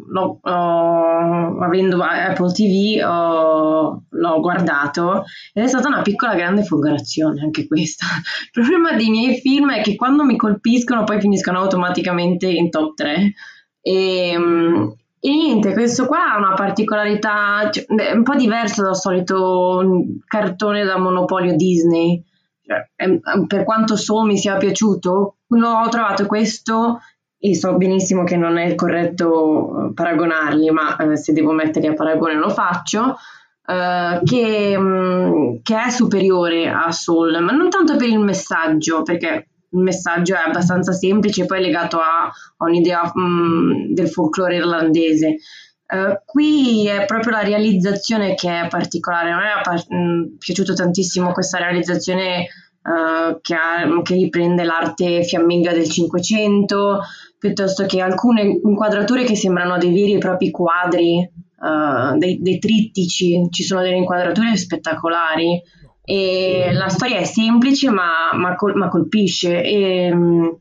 avendo Apple TV, l'ho guardato ed è stata una piccola grande folgorazione anche questa. Il problema dei miei film è che quando mi colpiscono poi finiscono automaticamente in top 3 e niente, questo qua ha una particolarità, cioè, è un po' diverso dal solito cartone da monopolio Disney. Per quanto Soul mi sia piaciuto, ho trovato questo, e so benissimo che non è corretto paragonarli, ma se devo metterli a paragone lo faccio, che è superiore a Soul, ma non tanto per il messaggio, perché il messaggio è abbastanza semplice, poi legato a un'idea del folklore irlandese. Qui è proprio la realizzazione che è particolare. A me è piaciuto tantissimo questa realizzazione che riprende l'arte fiamminga del Cinquecento, piuttosto che alcune inquadrature che sembrano dei veri e propri quadri, dei trittici. Ci sono delle inquadrature spettacolari e la storia è semplice ma colpisce e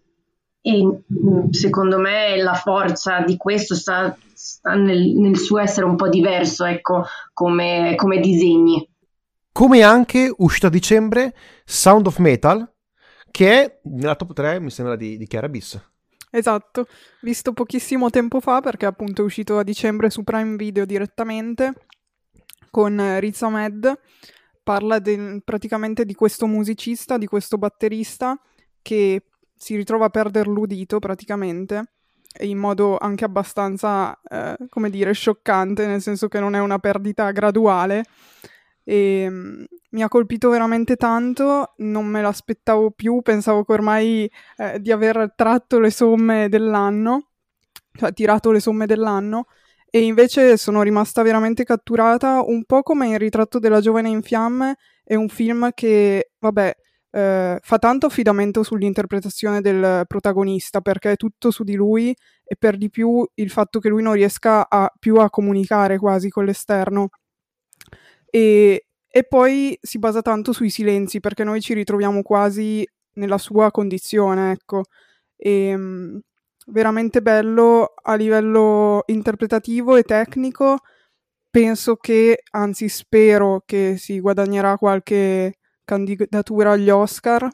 secondo me la forza di questo sta nel suo essere un po' diverso, ecco, come disegni. Come anche uscito a dicembre Sound of Metal, che è nella top 3 mi sembra di Chiara Bis. Esatto, visto pochissimo tempo fa, perché appunto è uscito a dicembre su Prime Video direttamente con Riz Ahmed. Parla praticamente di questo musicista, di questo batterista che si ritrova a perdere l'udito praticamente, e in modo anche abbastanza, come dire, scioccante, nel senso che non è una perdita graduale. E mi ha colpito veramente tanto, non me l'aspettavo più, pensavo che ormai di aver tratto le somme dell'anno, cioè tirato le somme dell'anno, e invece sono rimasta veramente catturata, un po' come Il ritratto della giovane in fiamme. È un film che, vabbè, fa tanto affidamento sull'interpretazione del protagonista, perché è tutto su di lui, e per di più il fatto che lui non riesca più a comunicare quasi con l'esterno. E poi si basa tanto sui silenzi, perché noi ci ritroviamo quasi nella sua condizione, ecco. E veramente bello a livello interpretativo e tecnico. Penso che, anzi spero che si guadagnerà qualche candidatura agli Oscar,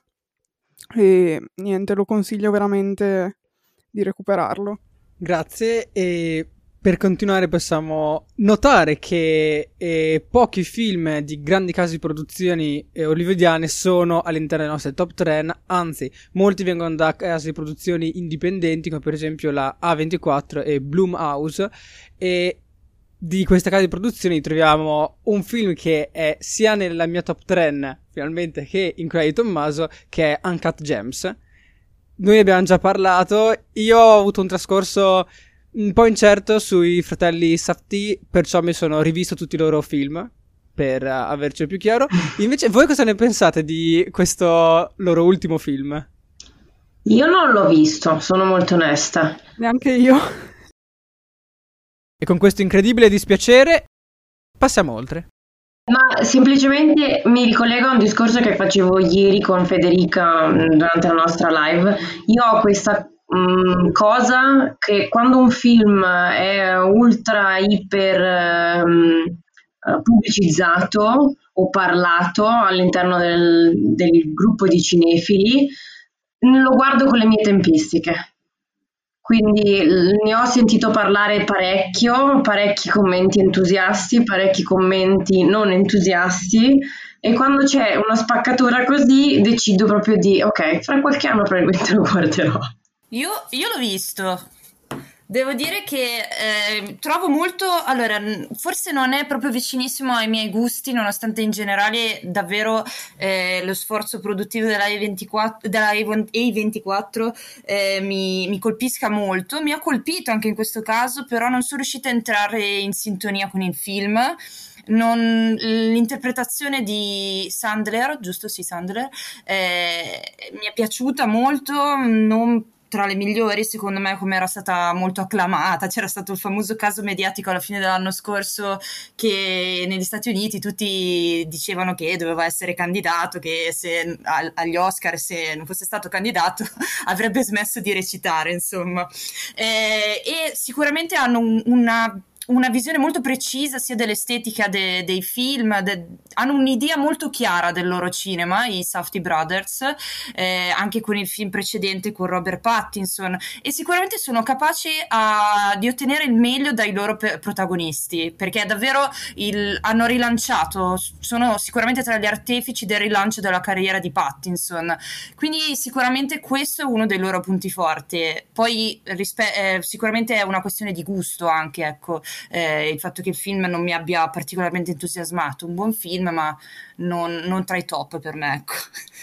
e niente, lo consiglio veramente di recuperarlo. Grazie. E per continuare possiamo notare che pochi film di grandi case di produzioni hollywoodiane sono all'interno delle nostre top 3, anzi molti vengono da case di produzioni indipendenti come per esempio la A24 e Blumhouse, e di questa casa di produzioni troviamo un film che è sia nella mia top 3 finalmente che in quella di Tommaso, che è Uncut Gems. Noi abbiamo già parlato, io ho avuto un trascorso un po' incerto sui fratelli Safdie, perciò mi sono rivisto tutti i loro film per averci più chiaro. Invece voi cosa ne pensate di questo loro ultimo film? Io non l'ho visto, sono molto onesta. Neanche io. E con questo incredibile dispiacere passiamo oltre. Ma semplicemente mi ricollego a un discorso che facevo ieri con Federica durante la nostra live. Io ho questa cosa che quando un film è ultra iper pubblicizzato o parlato all'interno del gruppo di cinefili, lo guardo con le mie tempistiche. Quindi ne ho sentito parlare parecchio, parecchi commenti entusiasti, parecchi commenti non entusiasti, e quando c'è una spaccatura così decido proprio di, ok, fra qualche anno probabilmente lo guarderò. Io l'ho visto. Devo dire che trovo molto, allora, forse non è proprio vicinissimo ai miei gusti, nonostante in generale davvero lo sforzo produttivo della A24 mi colpisca molto. Mi ha colpito anche in questo caso, però non sono riuscita a entrare in sintonia con il film. L'interpretazione di Sandler, giusto? Sì, Sandler, mi è piaciuta molto, non tra le migliori secondo me, come era stata molto acclamata. C'era stato il famoso caso mediatico alla fine dell'anno scorso che negli Stati Uniti tutti dicevano che doveva essere candidato, che se agli Oscar, se non fosse stato candidato avrebbe smesso di recitare, insomma. E sicuramente hanno una visione molto precisa sia dell'estetica dei film, hanno un'idea molto chiara del loro cinema, i Safdie Brothers, anche con il film precedente con Robert Pattinson, e sicuramente sono capaci di ottenere il meglio dai loro protagonisti, perché davvero hanno rilanciato, sono sicuramente tra gli artefici del rilancio della carriera di Pattinson, quindi sicuramente questo è uno dei loro punti forti. Poi sicuramente è una questione di gusto anche, ecco. Il fatto che il film non mi abbia particolarmente entusiasmato, un buon film ma non tra i top per me, ecco.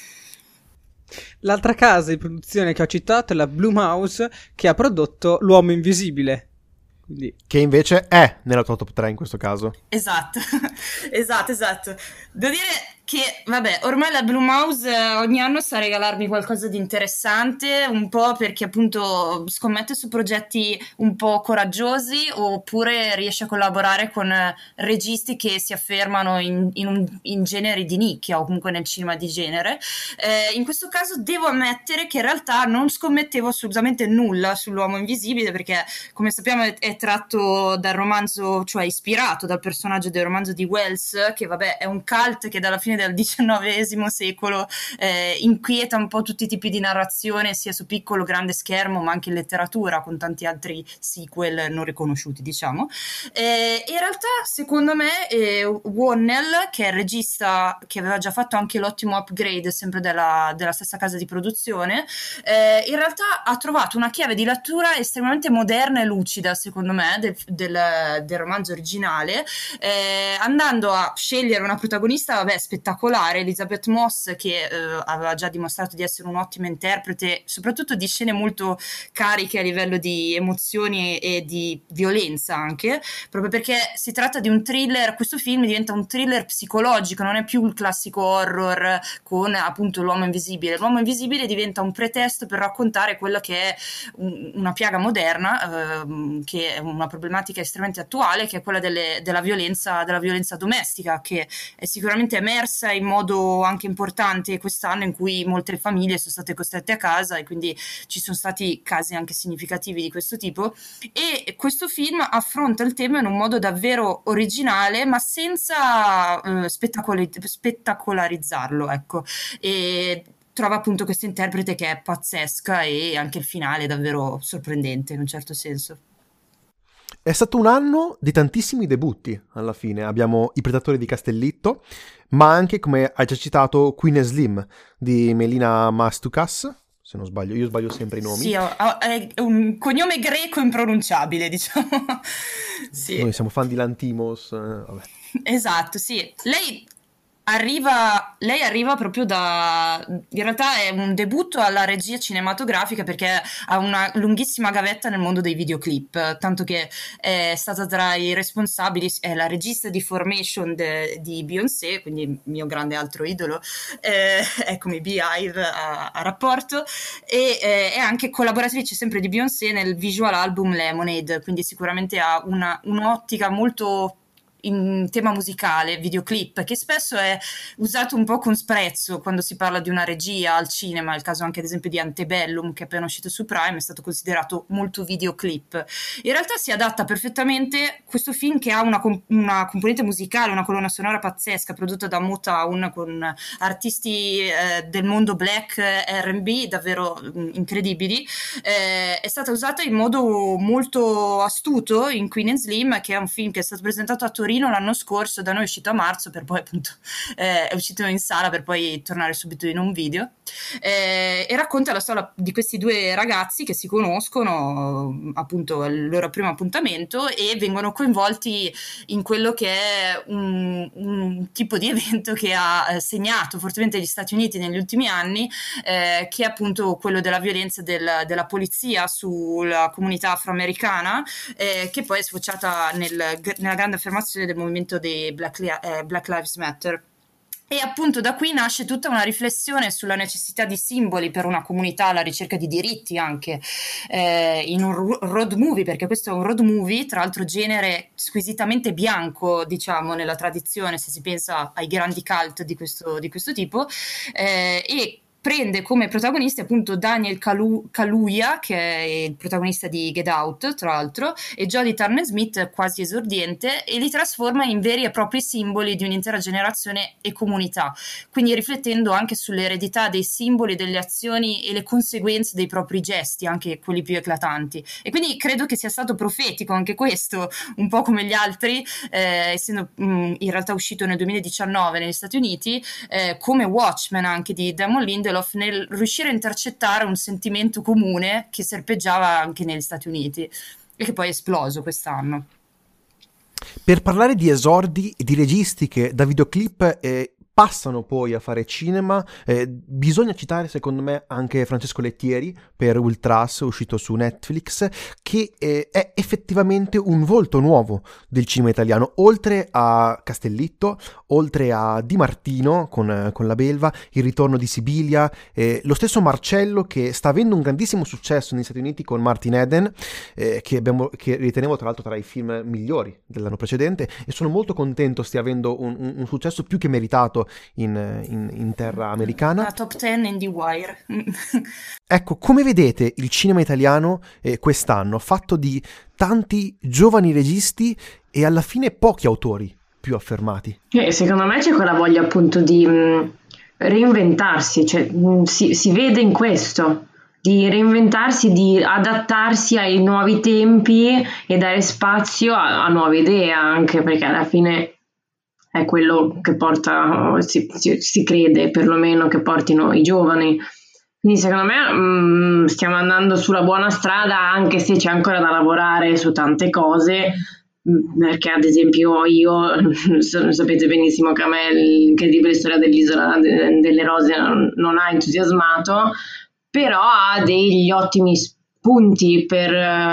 L'altra casa di produzione che ho citato è la Blumhouse, che ha prodotto L'Uomo Invisibile. Quindi... che invece è nella tua top 3 in questo caso. Esatto, esatto. Devo dire che, vabbè, ormai la Blumhouse ogni anno sa regalarmi qualcosa di interessante, un po' perché appunto scommette su progetti un po' coraggiosi, oppure riesce a collaborare con registi che si affermano in generi di nicchia o comunque nel cinema di genere. In questo caso devo ammettere che in realtà non scommettevo assolutamente nulla sull'Uomo Invisibile, perché come sappiamo è tratto dal romanzo, cioè ispirato dal personaggio del romanzo di Wells, che vabbè è un cult che dalla fine del XIX secolo inquieta un po' tutti i tipi di narrazione, sia su piccolo grande schermo ma anche in letteratura, con tanti altri sequel non riconosciuti, diciamo. In realtà secondo me Whannell, che è il regista che aveva già fatto anche l'ottimo Upgrade, sempre della stessa casa di produzione, in realtà ha trovato una chiave di lettura estremamente moderna e lucida, secondo me, del romanzo originale, andando a scegliere una protagonista, vabbè, spettacolare, Elizabeth Moss, che aveva già dimostrato di essere un'ottima interprete, soprattutto di scene molto cariche a livello di emozioni e di violenza anche, proprio perché si tratta di un thriller. Questo film diventa un thriller psicologico, non è più il classico horror con appunto l'uomo invisibile. L'uomo invisibile diventa un pretesto per raccontare quella che è una piaga moderna, che è una problematica estremamente attuale, che è quella della violenza domestica, che è sicuramente emersa in modo anche importante quest'anno, in cui molte famiglie sono state costrette a casa e quindi ci sono stati casi anche significativi di questo tipo, e questo film affronta il tema in un modo davvero originale ma senza spettacolarizzarlo, ecco, e trova appunto questa interprete che è pazzesca, e anche il finale è davvero sorprendente in un certo senso. È stato un anno di tantissimi debutti, alla fine. Abbiamo I Predatori di Castellitto, ma anche, come hai già citato, Queen and Slim di Melina Mastukas, se non sbaglio, io sbaglio sempre i nomi. Sì, è un cognome greco impronunciabile, diciamo. Sì. Noi siamo fan di Lantimos, vabbè. Esatto, sì. Lei arriva proprio in realtà è un debutto alla regia cinematografica, perché ha una lunghissima gavetta nel mondo dei videoclip, tanto che è stata tra i responsabili, è la regista di Formation di Beyoncé, quindi mio grande altro idolo, eccomi, Beehive a rapporto, e è anche collaboratrice sempre di Beyoncé nel visual album Lemonade, quindi sicuramente ha un'ottica molto in tema musicale, videoclip, che spesso è usato un po' con sprezzo quando si parla di una regia al cinema. Il caso anche ad esempio di Antebellum, che è appena uscito su Prime, è stato considerato molto videoclip. In realtà si adatta perfettamente questo film, che ha una componente musicale, una colonna sonora pazzesca prodotta da Motown con artisti del mondo black, R&B davvero incredibili. È stata usata in modo molto astuto in Queen and Slim, che è un film che è stato presentato a Torino l'anno scorso, da noi è uscito a marzo, per poi appunto è uscito in sala per poi tornare subito in un video, e racconta la storia di questi due ragazzi che si conoscono appunto al loro primo appuntamento e vengono coinvolti in quello che è un tipo di evento che ha segnato fortemente gli Stati Uniti negli ultimi anni, che è appunto quello della violenza della polizia sulla comunità afroamericana, che poi è sfociata nella grande affermazione del movimento dei Black Lives Matter. E appunto da qui nasce tutta una riflessione sulla necessità di simboli per una comunità, la ricerca di diritti anche in un road movie, perché questo è un road movie, tra l'altro genere squisitamente bianco, diciamo, nella tradizione, se si pensa ai grandi cult di questo tipo, e prende come protagonisti appunto Daniel Kaluuya, che è il protagonista di Get Out, tra l'altro, e Jodie Turner-Smith, quasi esordiente, e li trasforma in veri e propri simboli di un'intera generazione e comunità, quindi riflettendo anche sull'eredità dei simboli, delle azioni e le conseguenze dei propri gesti, anche quelli più eclatanti. E quindi credo che sia stato profetico anche questo, un po' come gli altri, essendo in realtà uscito nel 2019 negli Stati Uniti, come Watchmen anche di Damon Lindelof, nel riuscire a intercettare un sentimento comune che serpeggiava anche negli Stati Uniti e che poi è esploso quest'anno. Per parlare di esordi e di registi che da videoclip passano poi a fare cinema, bisogna citare secondo me anche Francesco Lettieri per Ultras, uscito su Netflix, che è effettivamente un volto nuovo del cinema italiano, oltre a Castellitto, oltre a Di Martino con La Belva, il ritorno di Sibilia, lo stesso Marcello, che sta avendo un grandissimo successo negli Stati Uniti con Martin Eden, che ritenevo tra l'altro tra i film migliori dell'anno precedente, e sono molto contento stia avendo un successo più che meritato in terra americana. La top 10 in The Wire. Ecco, come vedete il cinema italiano quest'anno, fatto di tanti giovani registi e alla fine pochi autori più affermati? Secondo me c'è quella voglia appunto di reinventarsi, cioè si vede in questo, di reinventarsi, di adattarsi ai nuovi tempi e dare spazio a nuove idee, anche perché alla fine è quello che porta, si crede perlomeno che portino i giovani. Quindi secondo me stiamo andando sulla buona strada, anche se c'è ancora da lavorare su tante cose, perché ad esempio io, sapete benissimo che a me l'incredibile storia dell'Isola delle Rose non ha entusiasmato, però ha degli ottimi spunti per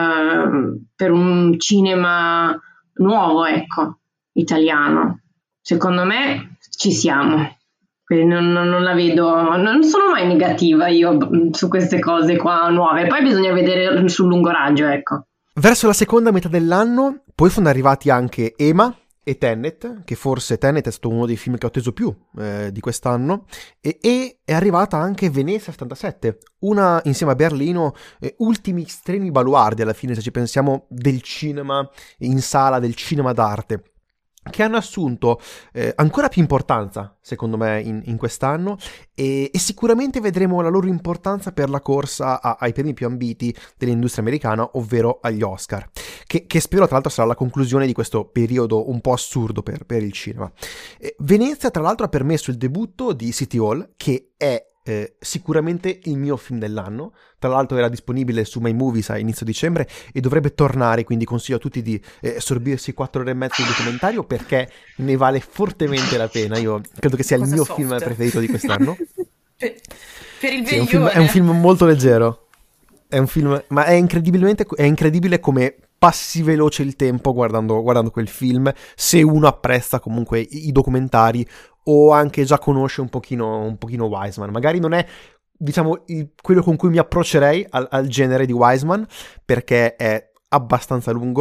un cinema nuovo, ecco, italiano. Secondo me ci siamo, non la vedo, non sono mai negativa io su queste cose qua nuove, poi bisogna vedere sul lungo raggio, ecco. Verso la seconda metà dell'anno poi sono arrivati anche Ema e Tenet, che forse Tenet è stato uno dei film che ho atteso più di quest'anno, e è arrivata anche Venezia 77, una insieme a Berlino, ultimi estremi baluardi alla fine, se ci pensiamo, del cinema in sala, del cinema d'arte, che hanno assunto ancora più importanza, secondo me, in quest'anno, e sicuramente vedremo la loro importanza per la corsa ai premi più ambiti dell'industria americana, ovvero agli Oscar, che spero tra l'altro sarà la conclusione di questo periodo un po' assurdo per il cinema. Venezia, tra l'altro, ha permesso il debutto di City Hall, che è sicuramente il mio film dell'anno. Tra l'altro era disponibile su My Movies a inizio dicembre e dovrebbe tornare, quindi consiglio a tutti di sorbirsi 4 ore e mezzo di documentario, perché ne vale fortemente la pena. Io credo che sia il mio film preferito di quest'anno. per il sì, è un film molto leggero, è un film, ma è incredibile come passi veloce il tempo guardando quel film, se uno apprezza comunque i documentari o anche già conosce un pochino Wiseman. Magari non è, diciamo, quello con cui mi approccerei al genere di Wiseman, perché è abbastanza lungo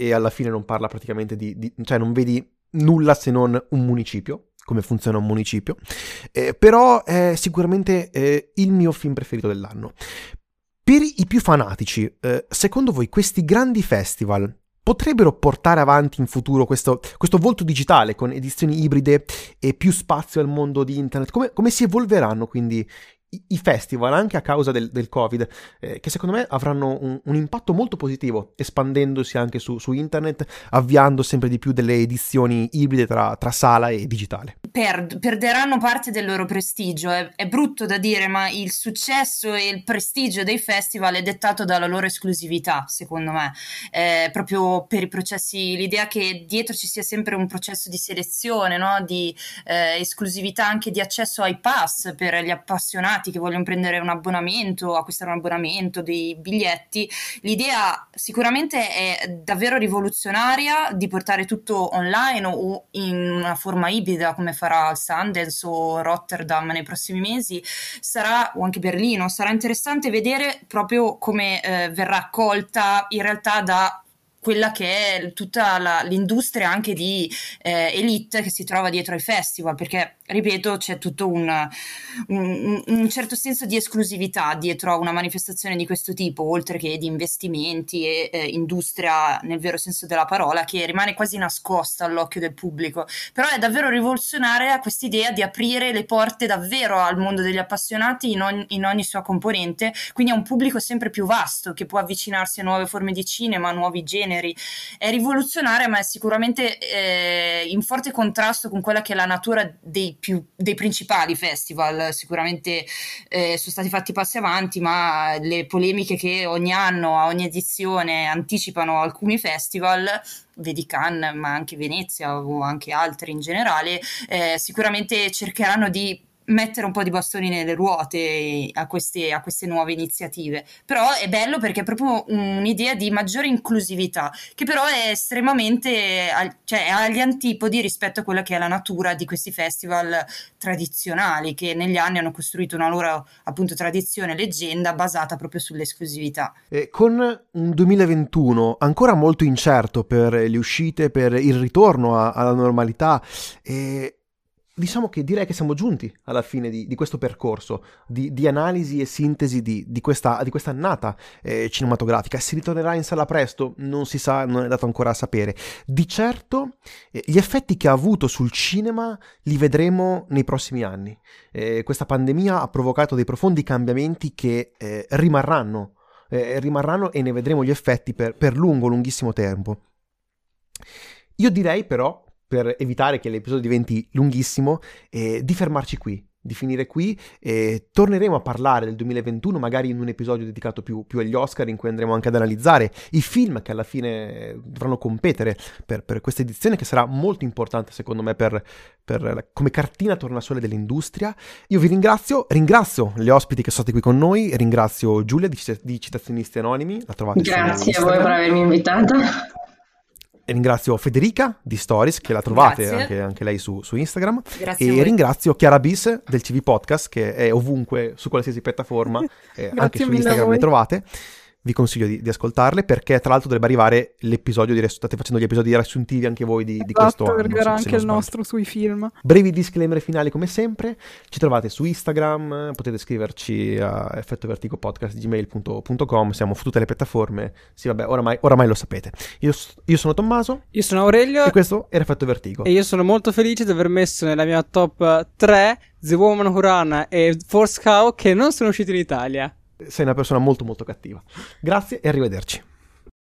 e alla fine non parla praticamente cioè non vedi nulla se non un municipio, come funziona un municipio, però è sicuramente il mio film preferito dell'anno. Per i più fanatici, secondo voi questi grandi festival potrebbero portare avanti in futuro questo volto digitale con edizioni ibride e più spazio al mondo di internet? Come si evolveranno quindi i festival anche a causa del Covid, che secondo me avranno un impatto molto positivo, espandendosi anche su internet, avviando sempre di più delle edizioni ibride tra sala e digitale? Perderanno parte del loro prestigio. È brutto da dire, ma il successo e il prestigio dei festival è dettato dalla loro esclusività, secondo me. Proprio per i processi, l'idea che dietro ci sia sempre un processo di selezione, no? Di esclusività, anche di accesso ai pass per gli appassionati che vogliono prendere un abbonamento, acquistare un abbonamento, dei biglietti. L'idea sicuramente è davvero rivoluzionaria di portare tutto online o in una forma ibrida, come farà il Sundance o Rotterdam nei prossimi mesi, o anche Berlino. Sarà interessante vedere proprio come verrà accolta in realtà da quella che è tutta l'industria anche di elite che si trova dietro ai festival, perché ripeto c'è tutto un certo senso di esclusività dietro a una manifestazione di questo tipo, oltre che di investimenti e industria nel vero senso della parola, che rimane quasi nascosta all'occhio del pubblico. Però è davvero rivoluzionaria questa idea di aprire le porte davvero al mondo degli appassionati in ogni sua componente, quindi a un pubblico sempre più vasto che può avvicinarsi a nuove forme di cinema, a nuovi generi. È rivoluzionaria, ma è sicuramente in forte contrasto con quella che è la natura dei principali festival. Sicuramente sono stati fatti passi avanti, ma le polemiche che ogni anno, a ogni edizione, anticipano alcuni festival, vedi Cannes, ma anche Venezia o anche altri in generale, sicuramente cercheranno di mettere un po' di bastoni nelle ruote a queste nuove iniziative. Però è bello perché è proprio un'idea di maggiore inclusività, che però è estremamente cioè è agli antipodi rispetto a quella che è la natura di questi festival tradizionali, che negli anni hanno costruito una loro appunto tradizione, leggenda basata proprio sull'esclusività. Con un 2021 ancora molto incerto per le uscite, per il ritorno alla normalità, diciamo che direi che siamo giunti alla fine di questo percorso di analisi e sintesi di questa annata cinematografica. Si ritornerà in sala presto? Non si sa, non è dato ancora a sapere. Di certo gli effetti che ha avuto sul cinema li vedremo nei prossimi anni. Questa pandemia ha provocato dei profondi cambiamenti che rimarranno e ne vedremo gli effetti per lunghissimo tempo. Io direi però, per evitare che l'episodio diventi lunghissimo, di fermarci qui, di finire qui. Torneremo a parlare del 2021 magari in un episodio dedicato più agli Oscar, in cui andremo anche ad analizzare i film che alla fine dovranno competere per questa edizione, che sarà molto importante secondo me come cartina tornasole dell'industria. Io vi ringrazio gli ospiti che sono stati qui con noi, ringrazio Giulia di Citazionisti Anonimi, la trovate. Grazie a voi per avermi invitata. E ringrazio Federica di Stories, che la trovate anche lei su Instagram. Grazie e ringrazio Chiara Bis del CV Podcast, che è ovunque su qualsiasi piattaforma, anche su Instagram le trovate. Vi consiglio di ascoltarle, perché tra l'altro dovrebbe arrivare l'episodio state facendo gli episodi riassuntivi anche voi di questo anno. Arriverà anche il nostro sui film. Brevi disclaimer finali come sempre. Ci trovate su Instagram, potete scriverci a effettovertigopodcast@gmail.com, siamo su tutte le piattaforme. Sì, vabbè, oramai lo sapete. Io sono Tommaso. Io sono Aurelio. E questo era Effetto Vertigo. E io sono molto felice di aver messo nella mia top 3 The Woman Who Ran e Force Cow, che non sono usciti in Italia. Sei una persona molto molto cattiva. Grazie e arrivederci.